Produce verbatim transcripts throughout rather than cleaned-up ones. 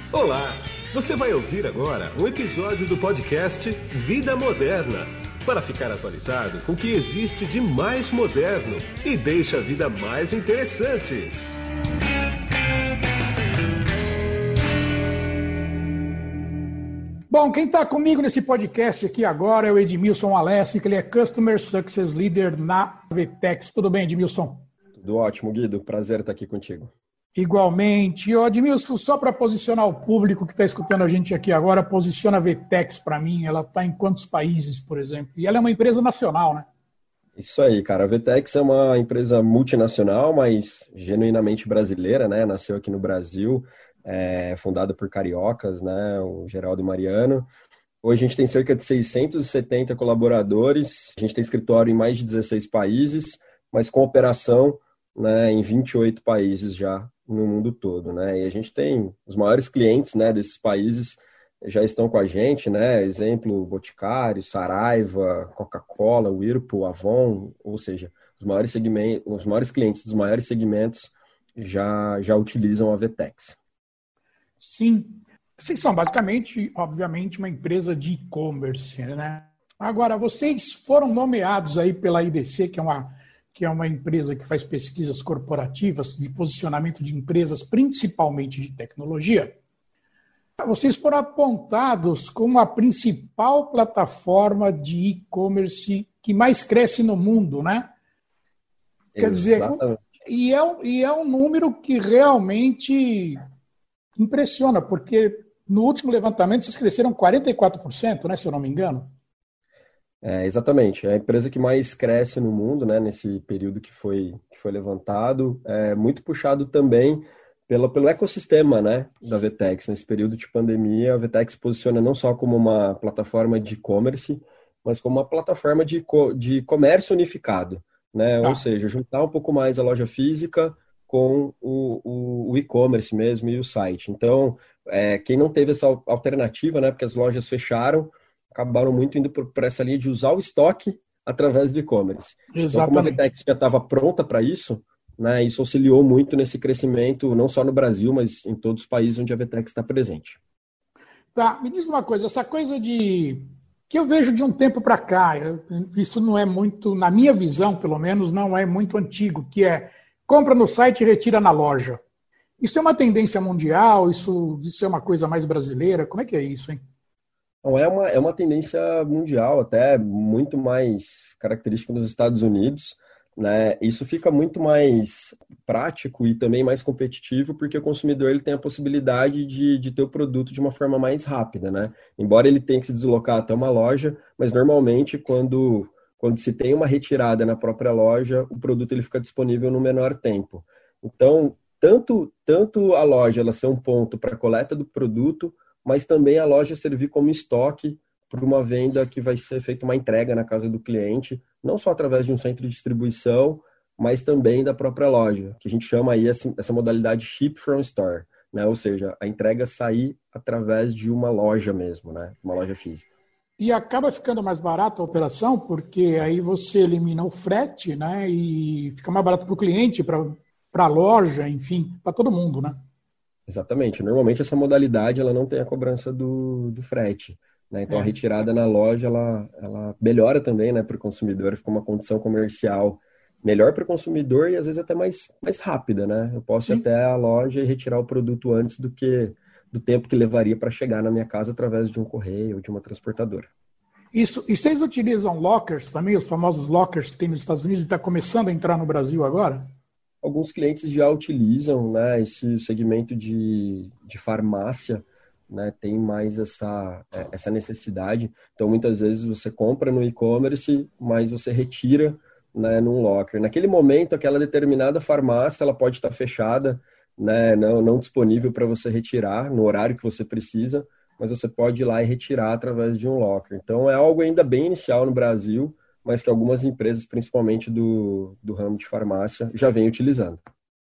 Olá! Você vai ouvir agora um episódio do podcast Vida Moderna, para ficar atualizado com o que existe de mais moderno e deixa a vida mais interessante. Bom, quem está comigo nesse podcast aqui agora é o Edmilson Alessi, que ele é Customer Success Leader na Vetex. Tudo bem, Edmilson? Tudo ótimo, Guido. Prazer estar aqui contigo. Igualmente. Ô, Edmilson, só para posicionar o público que está escutando a gente aqui agora, posiciona a Vetex para mim. Ela está em quantos países, por exemplo? E ela é uma empresa nacional, né? Isso aí, cara. A Vetex é uma empresa multinacional, mas genuinamente brasileira, né? Nasceu aqui no Brasil, é fundada por cariocas, né? O Geraldo e o Mariano. Hoje a gente tem cerca de seiscentos e setenta colaboradores. A gente tem escritório em mais de dezesseis países, mas com operação, né, em vinte e oito países já no mundo todo, né? E a gente tem os maiores clientes, né, desses países já estão com a gente, né? Exemplo, Boticário, Saraiva, Coca-Cola, Whirlpool, Avon, ou seja, os maiores segmentos, os maiores clientes dos maiores segmentos já já utilizam a Vetex. Sim, vocês são basicamente, obviamente, uma empresa de e-commerce, né? Agora, vocês foram nomeados aí pela I D C, que é uma que é uma empresa que faz pesquisas corporativas de posicionamento de empresas, principalmente de tecnologia. Vocês foram apontados como a principal plataforma de e-commerce que mais cresce no mundo, né? Quer dizer, e é, e é um número que realmente impressiona, porque no último levantamento vocês cresceram quarenta e quatro por cento, né, se eu não me engano? É, exatamente, é a empresa que mais cresce no mundo, né, nesse período que foi, que foi levantado, é muito puxado também pelo, pelo ecossistema, né, da Vetex. Nesse período de pandemia, a Vetex se posiciona não só como uma plataforma de e-commerce, mas como uma plataforma de, de comércio unificado, né, ah. ou seja, juntar um pouco mais a loja física com o, o, o e-commerce mesmo e o site. Então, é, quem não teve essa alternativa, né, porque as lojas fecharam, acabaram muito indo por, por essa linha de usar o estoque através do e-commerce. Então, como a Vetex já estava pronta para isso, né, isso auxiliou muito nesse crescimento, não só no Brasil, mas em todos os países onde a Vetex está presente. Tá, me diz uma coisa, essa coisa de... que eu vejo de um tempo para cá, isso não é muito, na minha visão, pelo menos, não é muito antigo, que é compra no site e retira na loja. Isso é uma tendência mundial? Isso, isso é uma coisa mais brasileira? Como é que é isso, hein? Não, é uma, é uma tendência mundial, até muito mais característica nos Estados Unidos, né? Isso fica muito mais prático e também mais competitivo, porque o consumidor ele tem a possibilidade de, de ter o produto de uma forma mais rápida, né? Embora ele tenha que se deslocar até uma loja, mas normalmente quando, quando se tem uma retirada na própria loja, o produto ele fica disponível no menor tempo. Então, tanto, tanto a loja ela ser um ponto para a coleta do produto, mas também a loja servir como estoque para uma venda que vai ser feita uma entrega na casa do cliente, não só através de um centro de distribuição, mas também da própria loja, que a gente chama aí essa, essa modalidade ship from store, né? Ou seja, a entrega sair através de uma loja mesmo, né? Uma loja física. E acaba ficando mais barato a operação, porque aí você elimina o frete, né? E fica mais barato para o cliente, para a loja, enfim, para todo mundo, né? Exatamente. Normalmente essa modalidade ela não tem a cobrança do, do frete, né? Então é. A retirada na loja ela, ela melhora também, né, para o consumidor, fica uma condição comercial melhor para o consumidor e às vezes até mais, mais rápida, né? Eu posso Sim. ir até a loja e retirar o produto antes do que do tempo que levaria para chegar na minha casa através de um correio ou de uma transportadora. Isso. E vocês utilizam lockers também, os famosos lockers que tem nos Estados Unidos e está começando a entrar no Brasil agora? Alguns clientes já utilizam, né, esse segmento de, de farmácia, né, tem mais essa, essa necessidade. Então, muitas vezes você compra no e-commerce, mas você retira, né, num locker. Naquele momento, aquela determinada farmácia ela pode estar fechada, né, não, não disponível para você retirar no horário que você precisa, mas você pode ir lá e retirar através de um locker. Então, é algo ainda bem inicial no Brasil, mas que algumas empresas, principalmente do, do ramo de farmácia, já vêm utilizando.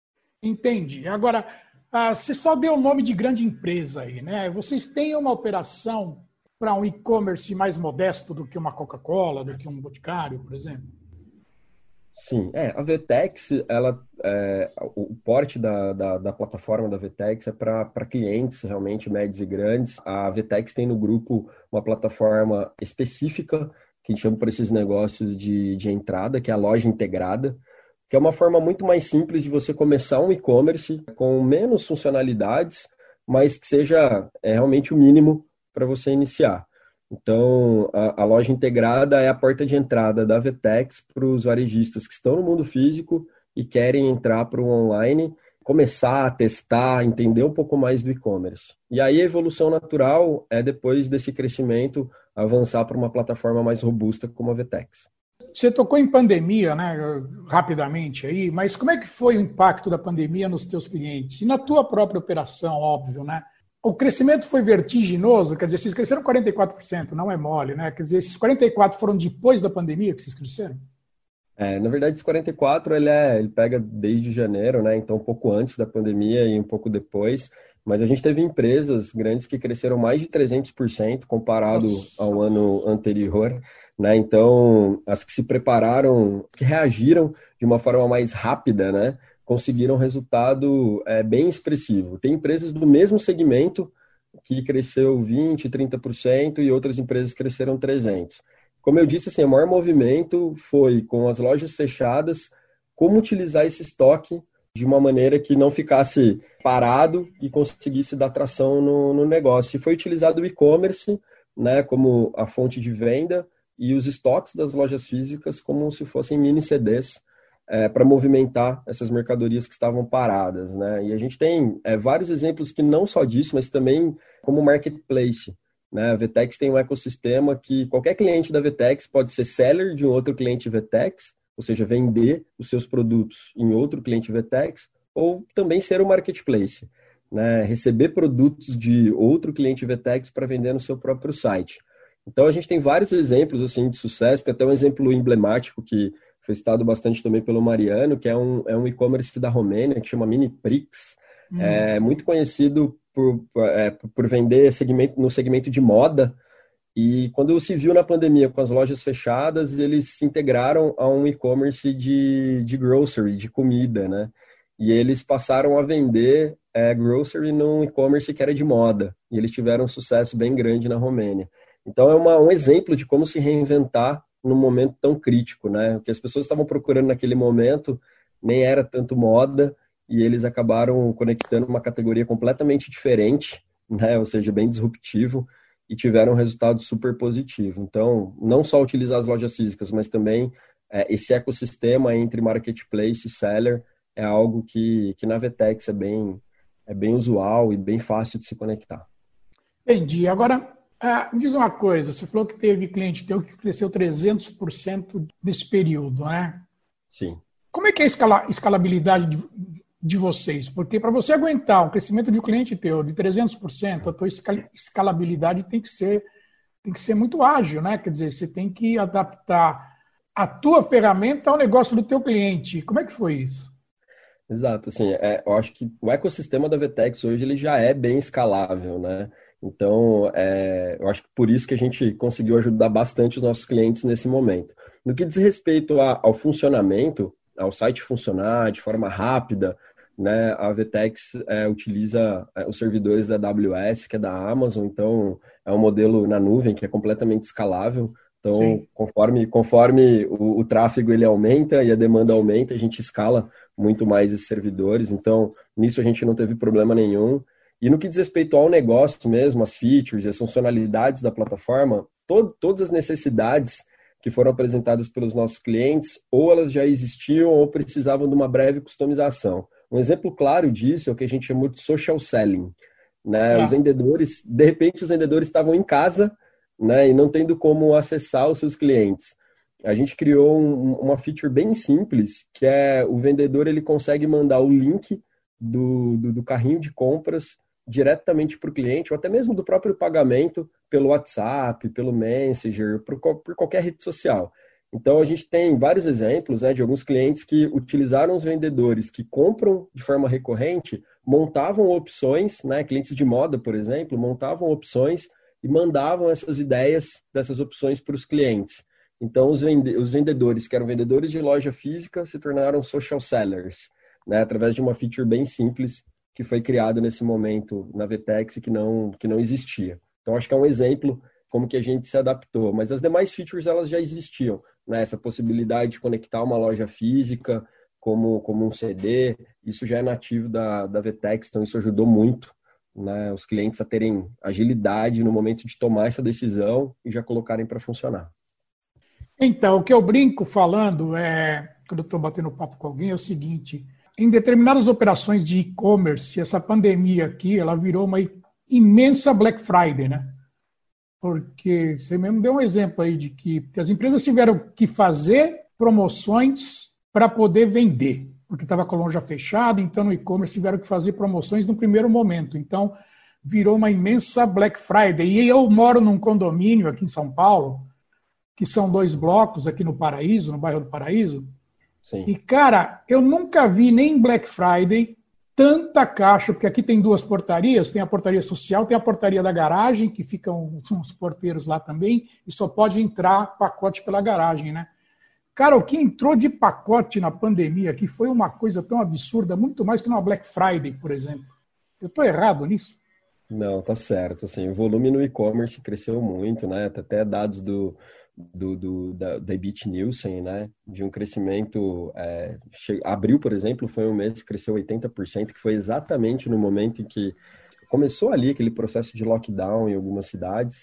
Entendi. Agora, ah, você só deu o nome de grande empresa aí, né? Vocês têm uma operação para um e-commerce mais modesto do que uma Coca-Cola, do que um Boticário, por exemplo? Sim, é, a Vtex, ela, é, o, o porte da, da, da plataforma da Vtex é para clientes realmente médios e grandes. A Vtex tem no grupo uma plataforma específica, que a gente chama para esses negócios de, de entrada, que é a loja integrada, que é uma forma muito mais simples de você começar um e-commerce com menos funcionalidades, mas que seja é, realmente o mínimo para você iniciar. Então, a, a loja integrada é a porta de entrada da Vtex para os varejistas que estão no mundo físico e querem entrar para o online, começar a testar, entender um pouco mais do e-commerce. E aí a evolução natural é, depois desse crescimento, avançar para uma plataforma mais robusta como a Vtex. Você tocou em pandemia, né, rapidamente aí, mas como é que foi o impacto da pandemia nos teus clientes? E na tua própria operação, óbvio, né? O crescimento foi vertiginoso, quer dizer, vocês cresceram quarenta e quatro por cento, não é mole, né? Quer dizer, esses quarenta e quatro por cento foram depois da pandemia que vocês cresceram? É, na verdade, esse quarenta e quatro, ele, é, ele pega desde janeiro, né? Então, um pouco antes da pandemia e um pouco depois. Mas a gente teve empresas grandes que cresceram mais de trezentos por cento comparado Nossa. ao ano anterior, né? Então, as que se prepararam, que reagiram de uma forma mais rápida, né? Conseguiram um resultado é, bem expressivo. Tem empresas do mesmo segmento que cresceu vinte por cento, trinta por cento e outras empresas cresceram trezentos por cento. Como eu disse, assim, o maior movimento foi com as lojas fechadas, como utilizar esse estoque de uma maneira que não ficasse parado e conseguisse dar tração no, no negócio. E foi utilizado o e-commerce, né, como a fonte de venda e os estoques das lojas físicas como se fossem mini C Ds, É, para movimentar essas mercadorias que estavam paradas, né? E a gente tem é, vários exemplos que não só disso, mas também como marketplace, né? A Vtex tem um ecossistema que qualquer cliente da Vtex pode ser seller de um outro cliente Vtex, ou seja, vender os seus produtos em outro cliente Vtex, ou também ser um marketplace, né? Receber produtos de outro cliente Vtex para vender no seu próprio site. Então a gente tem vários exemplos assim de sucesso, tem até um exemplo emblemático que foi citado bastante também pelo Mariano, que é um, é um e-commerce da Romênia, que chama Miniprix, hum. é muito conhecido por, é, por vender segmento, no segmento de moda, e quando se viu na pandemia com as lojas fechadas, eles se integraram a um e-commerce de, de grocery, de comida, né? E eles passaram a vender é, grocery num e-commerce que era de moda, e eles tiveram um sucesso bem grande na Romênia. Então é uma, um exemplo de como se reinventar num momento tão crítico, né? O que as pessoas estavam procurando naquele momento nem era tanto moda e eles acabaram conectando uma categoria completamente diferente, né? Ou seja, bem disruptivo e tiveram um resultado super positivo. Então, não só utilizar as lojas físicas, mas também é, esse ecossistema entre marketplace e seller é algo que, que na Vtex é bem, é bem usual e bem fácil de se conectar. Entendi. Agora, Ah, me diz uma coisa, você falou que teve cliente teu que cresceu trezentos por cento nesse período, né? Sim. Como é que é a escala, escalabilidade de, de vocês? Porque para você aguentar o crescimento de um cliente teu de trezentos por cento, a tua escalabilidade tem que ser, tem que ser muito ágil, né? Quer dizer, você tem que adaptar a tua ferramenta ao negócio do teu cliente. Como é que foi isso? Exato, assim, é, eu acho que o ecossistema da Vtex hoje ele já é bem escalável, né? Então, é, eu acho que por isso que a gente conseguiu ajudar bastante os nossos clientes nesse momento. No que diz respeito a, ao funcionamento, ao site funcionar de forma rápida, né, a Vtex é, utiliza é, os servidores da A W S, que é da Amazon, então é um modelo na nuvem que é completamente escalável. Então, Sim. conforme, conforme o, o tráfego ele aumenta e a demanda aumenta, a gente escala muito mais esses servidores. Então, nisso a gente não teve problema nenhum. E no que diz respeito ao negócio mesmo, as features, as funcionalidades da plataforma, to- todas as necessidades que foram apresentadas pelos nossos clientes, ou elas já existiam ou precisavam de uma breve customização. Um exemplo claro disso é o que a gente chama de social selling, né? É. Os vendedores, de repente os vendedores estavam em casa, né, e não tendo como acessar os seus clientes. A gente criou um, uma feature bem simples, que é o vendedor ele consegue mandar o link do, do, do carrinho de compras diretamente para o cliente, ou até mesmo do próprio pagamento pelo WhatsApp, pelo Messenger, por, por qualquer rede social. Então, a gente tem vários exemplos, né, de alguns clientes que utilizaram os vendedores que compram de forma recorrente, montavam opções, né, clientes de moda, por exemplo, montavam opções e mandavam essas ideias dessas opções para os clientes. Então, os, vende- os vendedores que eram vendedores de loja física se tornaram social sellers, né? Através de uma feature bem simples que foi criado nesse momento na Vtex e que não, que não existia. Então, acho que é um exemplo como que a gente se adaptou. Mas as demais features, elas já existiam, né? Essa possibilidade de conectar uma loja física como, como um C D, isso já é nativo da, da Vtex, então isso ajudou muito, né, os clientes a terem agilidade no momento de tomar essa decisão e já colocarem para funcionar. Então, o que eu brinco falando, é, quando eu estou batendo papo com alguém, é o seguinte: em determinadas operações de e-commerce, essa pandemia aqui, ela virou uma imensa Black Friday, né? Porque você mesmo deu um exemplo aí de que as empresas tiveram que fazer promoções para poder vender, porque estava com a loja fechada, então no e-commerce tiveram que fazer promoções no primeiro momento. Então, virou uma imensa Black Friday. E eu moro num condomínio aqui em São Paulo, que são dois blocos aqui no Paraíso, no bairro do Paraíso. Sim. E, cara, eu nunca vi nem em Black Friday tanta caixa, porque aqui tem duas portarias, tem a portaria social, tem a portaria da garagem, que ficam uns porteiros lá também, e só pode entrar pacote pela garagem, né? Cara, o que entrou de pacote na pandemia aqui foi uma coisa tão absurda, muito mais que numa Black Friday, por exemplo. Eu estou errado nisso? Não, tá certo. Assim, o volume no e-commerce cresceu muito, né? Até dados do, do, do, da, da Ebit Nielsen, né? De um crescimento... É, che... Abril, por exemplo, foi um mês que cresceu oitenta por cento, que foi exatamente no momento em que começou ali aquele processo de lockdown em algumas cidades.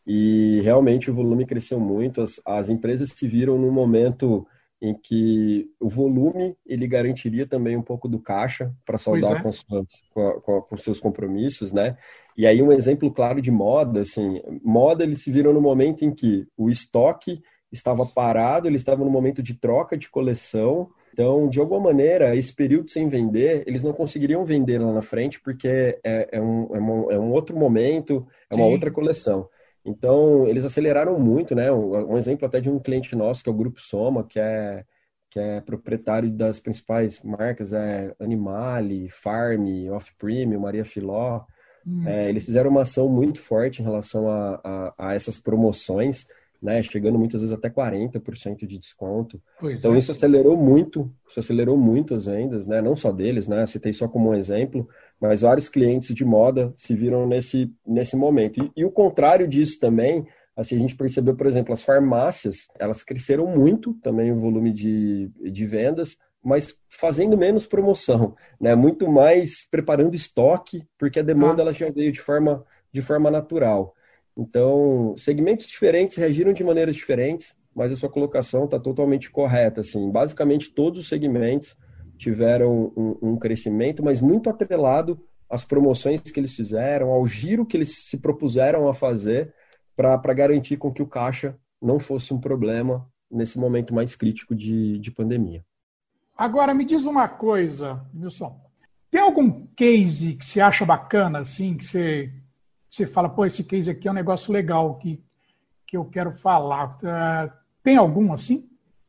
E realmente o volume cresceu muito, as, as empresas se viram num momento em que o volume ele garantiria também um pouco do caixa para saldar é. com, suas, com, com, com seus compromissos, né? E aí um exemplo claro de moda, assim, moda eles se viram no momento em que o estoque estava parado, eles estavam no momento de troca de coleção, então de alguma maneira esse período sem vender, eles não conseguiriam vender lá na frente porque é, é, um, é, um, é um outro momento, é uma Sim. outra coleção. Então, eles aceleraram muito, né? Um, um exemplo até de um cliente nosso, que é o Grupo Soma, que é, que é proprietário das principais marcas, é Animale, Farm, Off Premium, Maria Filó. Hum. É, eles fizeram uma ação muito forte em relação a, a, a essas promoções, né? Chegando muitas vezes até quarenta por cento de desconto. Pois então, é. isso acelerou muito, isso acelerou muito as vendas, né? Não só deles, né? Citei só como um exemplo, mas vários clientes de moda se viram nesse, nesse momento. E, e o contrário disso também, assim, a gente percebeu, por exemplo, as farmácias, elas cresceram muito também o volume de, de vendas, mas fazendo menos promoção, né? Muito mais preparando estoque, porque a demanda ah. ela já veio de forma, de forma natural. Então, segmentos diferentes reagiram de maneiras diferentes, mas a sua colocação está totalmente correta. Assim, basicamente, todos os segmentos tiveram um, um crescimento, mas muito atrelado às promoções que eles fizeram, ao giro que eles se propuseram a fazer para garantir com que o caixa não fosse um problema nesse momento mais crítico de, de pandemia. Agora, me diz uma coisa, Wilson. Tem algum case que você acha bacana, assim, que você... Você fala, pô, esse case aqui é um negócio legal que, que eu quero falar. Uh, tem algum assim?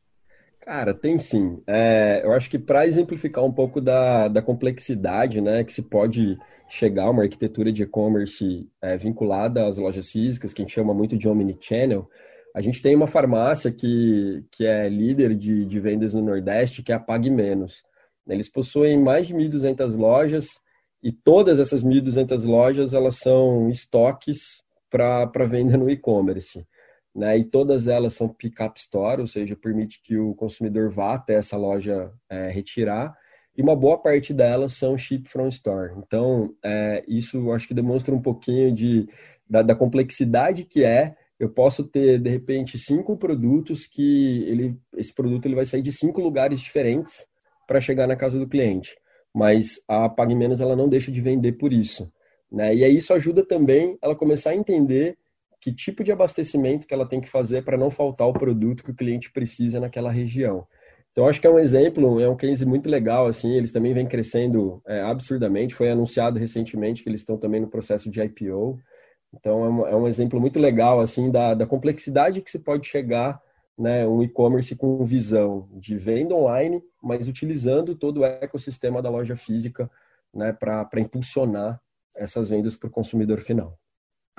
Cara, tem sim. É, eu acho que para exemplificar um pouco da, da complexidade, né, que se pode chegar a uma arquitetura de e-commerce é, vinculada às lojas físicas, que a gente chama muito de omnichannel, a gente tem uma farmácia que, que é líder de, de vendas no Nordeste, que é a Pague Menos. Eles possuem mais de mil e duzentas lojas, e todas essas mil e duzentas lojas, elas são estoques para venda no e-commerce, né? E todas elas são pick-up store, ou seja, permite que o consumidor vá até essa loja é, retirar, e uma boa parte delas são ship from store. Então, é, isso eu acho que demonstra um pouquinho de, da, da complexidade que é. Eu posso ter, de repente, cinco produtos que ele, esse produto ele vai sair de cinco lugares diferentes para chegar na casa do cliente. Mas a Pague Menos ela não deixa de vender por isso, né? E aí isso ajuda também ela começar a entender que tipo de abastecimento que ela tem que fazer para não faltar o produto que o cliente precisa naquela região. Então, acho que é um exemplo, é um case muito legal, assim, eles também vêm crescendo é, absurdamente, foi anunciado recentemente que eles estão também no processo de I P O, então é um, é um exemplo muito legal, assim, da, da complexidade que se pode chegar, né, um e-commerce com visão de venda online, mas utilizando todo o ecossistema da loja física, né, para impulsionar essas vendas para o consumidor final.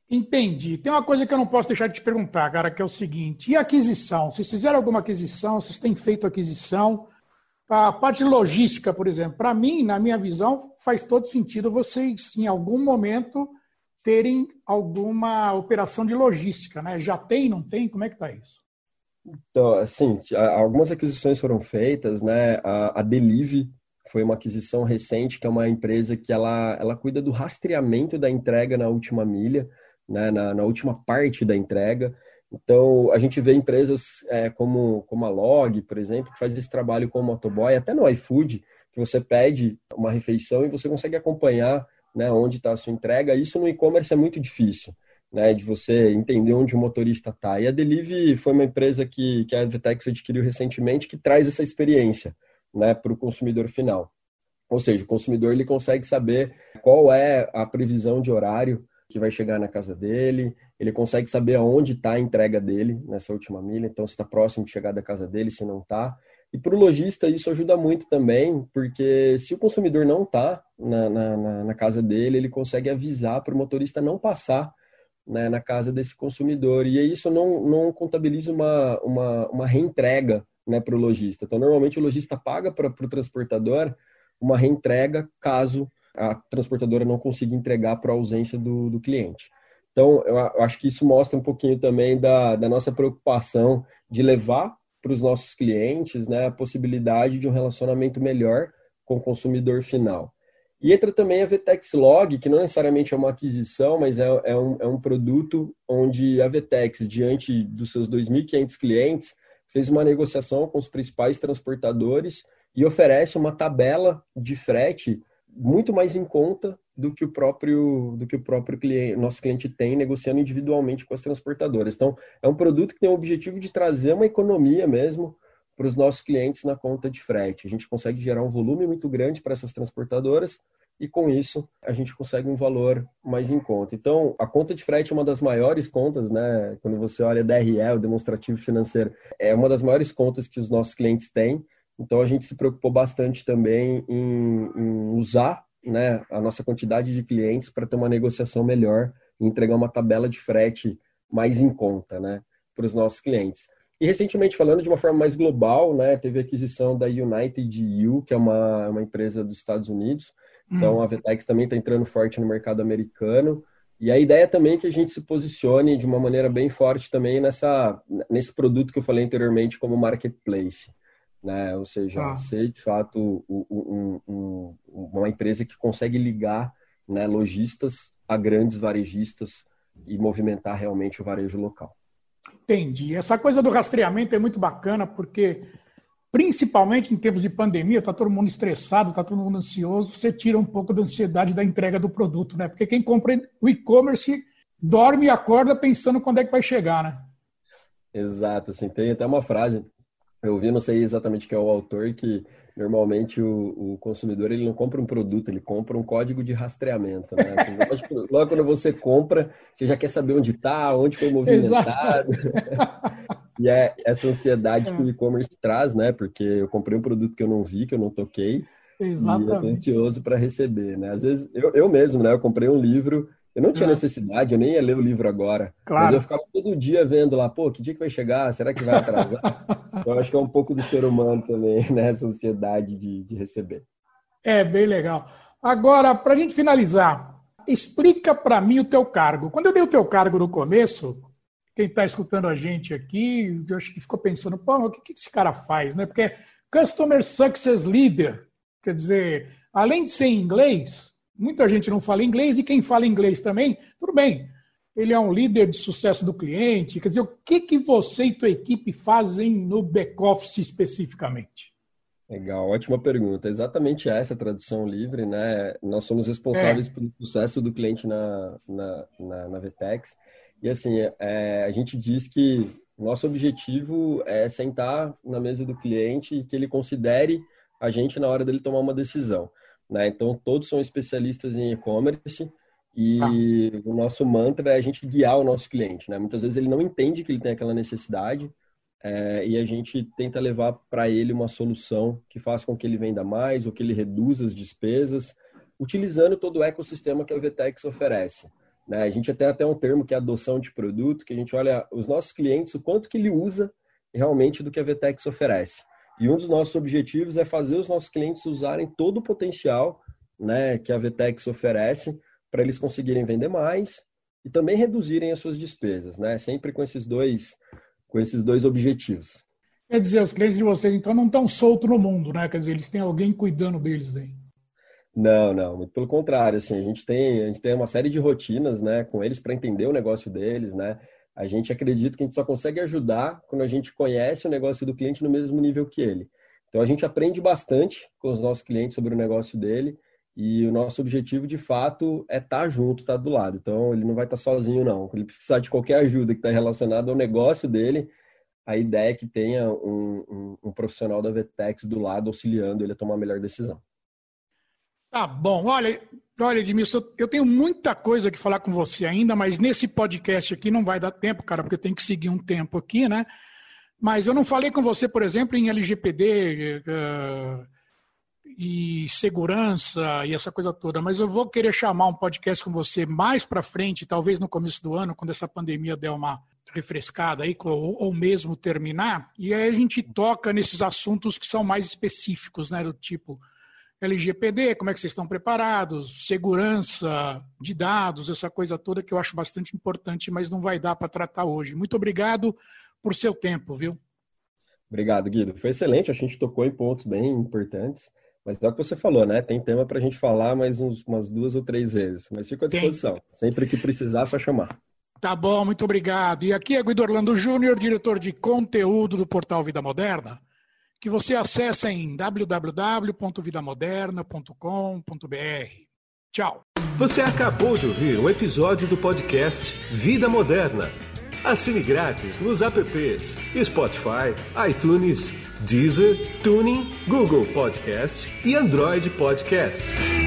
Entendi. Tem uma coisa que eu não posso deixar de te perguntar, cara, que é o seguinte: e aquisição? Vocês fizeram alguma aquisição? Vocês têm feito aquisição? A parte de logística, por exemplo, para mim, na minha visão, faz todo sentido vocês, em algum momento, terem alguma operação de logística, né? Já tem, não tem? Como é que está isso? Então, assim, algumas aquisições foram feitas, né? A, a Delive foi uma aquisição recente, que é uma empresa que ela, ela cuida do rastreamento da entrega na última milha, né? Na, na última parte da entrega. Então, a gente vê empresas é, como, como a Log, por exemplo, que faz esse trabalho com o motoboy, até no iFood, que você pede uma refeição e você consegue acompanhar, né, onde está a sua entrega. Isso no e-commerce é muito difícil, né, de você entender onde o motorista está. E a Delive foi uma empresa que, que a Vetex adquiriu recentemente, que traz essa experiência, né, para o consumidor final. Ou seja, o consumidor ele consegue saber qual é a previsão de horário que vai chegar na casa dele, ele consegue saber aonde está a entrega dele nessa última milha, então se está próximo de chegar da casa dele, se não está. E para o lojista isso ajuda muito também, porque se o consumidor não está na, na, na casa dele, ele consegue avisar para o motorista não passar, né, na casa desse consumidor. E isso não, não contabiliza uma, uma, uma reentrega, né, para o lojista. Então, normalmente o lojista paga para o transportador uma reentrega caso a transportadora não consiga entregar por ausência do, do cliente. Então, eu acho que isso mostra um pouquinho também da, da nossa preocupação de levar para os nossos clientes, né, a possibilidade de um relacionamento melhor com o consumidor final. E entra também a Vetex Log, que não necessariamente é uma aquisição, mas é, é, um, é um produto onde a Vetex, diante dos seus dois mil e quinhentos clientes, fez uma negociação com os principais transportadores e oferece uma tabela de frete muito mais em conta do que o próprio, do que o próprio cliente, nosso cliente tem negociando individualmente com as transportadoras. Então, é um produto que tem o objetivo de trazer uma economia mesmo para os nossos clientes na conta de frete. A gente consegue gerar um volume muito grande para essas transportadoras e, com isso, a gente consegue um valor mais em conta. Então, a conta de frete é uma das maiores contas, né? Quando você olha D R E, o demonstrativo financeiro, é uma das maiores contas que os nossos clientes têm. Então, a gente se preocupou bastante também em, em usar, né, a nossa quantidade de clientes para ter uma negociação melhor e entregar uma tabela de frete mais em conta, né, para os nossos clientes. E, recentemente, falando de uma forma mais global, né, teve a aquisição da United U, que é uma, uma empresa dos Estados Unidos. Então, hum. a Vetex também está entrando forte no mercado americano. E a ideia também é que a gente se posicione de uma maneira bem forte também nessa, nesse produto que eu falei anteriormente como marketplace. Né? Ou seja, ah. ser de fato um, um, uma empresa que consegue ligar, né, lojistas a grandes varejistas e movimentar realmente o varejo local. Entendi. Essa coisa do rastreamento é muito bacana porque, principalmente em tempos de pandemia, está todo mundo estressado, está todo mundo ansioso, você tira um pouco da ansiedade da entrega do produto, né? Porque quem compra o e-commerce dorme e acorda pensando quando é que vai chegar, né? Exato. Assim, tem até uma frase. Eu ouvi, não sei exatamente quem é o autor, que normalmente o, o consumidor ele não compra um produto, ele compra um código de rastreamento. Né? Assim, logo, logo quando você compra, você já quer saber onde está, onde foi movimentado. E é essa ansiedade é. que o e-commerce traz, né? Porque eu comprei um produto que eu não vi, que eu não toquei, Exatamente. E eu tô ansioso para receber. Né? Às vezes, eu, eu mesmo, né? Eu comprei um livro. Eu não tinha necessidade, eu nem ia ler o livro agora. Claro. Mas eu ficava todo dia vendo lá, pô, que dia que vai chegar? Será que vai atrasar? Então, eu acho que é um pouco do ser humano também, né? Essa ansiedade de, de receber. É, bem legal. Agora, para a gente finalizar, explica para mim o teu cargo. Quando eu dei o teu cargo no começo, quem está escutando a gente aqui, eu acho que ficou pensando, pô, o que, que esse cara faz? Né? Porque é Customer Success Leader. Quer dizer, além de ser em inglês... Muita gente não fala inglês e quem fala inglês também, tudo bem. Ele é um líder de sucesso do cliente. Quer dizer, o que, que você e tua equipe fazem no back-office especificamente? Legal, ótima pergunta. Exatamente essa tradução livre, né? Nós somos responsáveis é. pelo sucesso do cliente na, na, na, na Vetex. E assim, é, a gente diz que nosso objetivo é sentar na mesa do cliente e que ele considere a gente na hora dele tomar uma decisão. Né? Então, todos são especialistas em e-commerce e ah. o nosso mantra é a gente guiar o nosso cliente. Né? Muitas vezes ele não entende que ele tem aquela necessidade é, e a gente tenta levar para ele uma solução que faça com que ele venda mais ou que ele reduza as despesas, utilizando todo o ecossistema que a Vetex oferece. né? A gente tem até um termo que é adoção de produto, que a gente olha os nossos clientes, o quanto que ele usa realmente do que a Vtex oferece. E um dos nossos objetivos é fazer os nossos clientes usarem todo o potencial, né, que a Vtex oferece para eles conseguirem vender mais e também reduzirem as suas despesas, né? Sempre com esses dois, com esses dois objetivos. Quer dizer, os clientes de vocês, então, não estão soltos no mundo, né? Quer dizer, eles têm alguém cuidando deles aí. Não, não, muito pelo contrário, assim, a gente tem, a gente tem uma série de rotinas, né, com eles para entender o negócio deles, né? A gente acredita que a gente só consegue ajudar quando a gente conhece o negócio do cliente no mesmo nível que ele. Então, a gente aprende bastante com os nossos clientes sobre o negócio dele e o nosso objetivo, de fato, é estar junto, estar do lado. Então, ele não vai estar sozinho, não. Quando ele precisar de qualquer ajuda que está relacionada ao negócio dele, a ideia é que tenha um, um, um profissional da Vtex do lado auxiliando ele a tomar a melhor decisão. Tá bom. Olha, olha, Edmilson, eu tenho muita coisa que falar com você ainda, mas nesse podcast aqui não vai dar tempo, cara, porque eu tenho que seguir um tempo aqui, né? Mas eu não falei com você, por exemplo, em L G P D uh, e segurança e essa coisa toda, mas eu vou querer chamar um podcast com você mais para frente, talvez no começo do ano, quando essa pandemia der uma refrescada aí, ou, ou mesmo terminar, e aí a gente toca nesses assuntos que são mais específicos, né, do tipo L G P D, como é que vocês estão preparados, segurança de dados, essa coisa toda que eu acho bastante importante, mas não vai dar para tratar hoje. Muito obrigado por seu tempo, viu? Obrigado, Guido. Foi excelente, a gente tocou em pontos bem importantes, mas é o que você falou, né? Tem tema para a gente falar mais uns, umas duas ou três vezes, mas fico à disposição. Tem. Sempre que precisar, só chamar. Tá bom, muito obrigado. E aqui é Guido Orlando Júnior, diretor de conteúdo do portal Vida Moderna, que você acessa em w w w ponto vida moderna ponto com ponto b r. Tchau. Você acabou de ouvir um episódio do podcast Vida Moderna. Assine grátis nos apps Spotify, iTunes, Deezer, Tuning, Google Podcast e Android Podcast.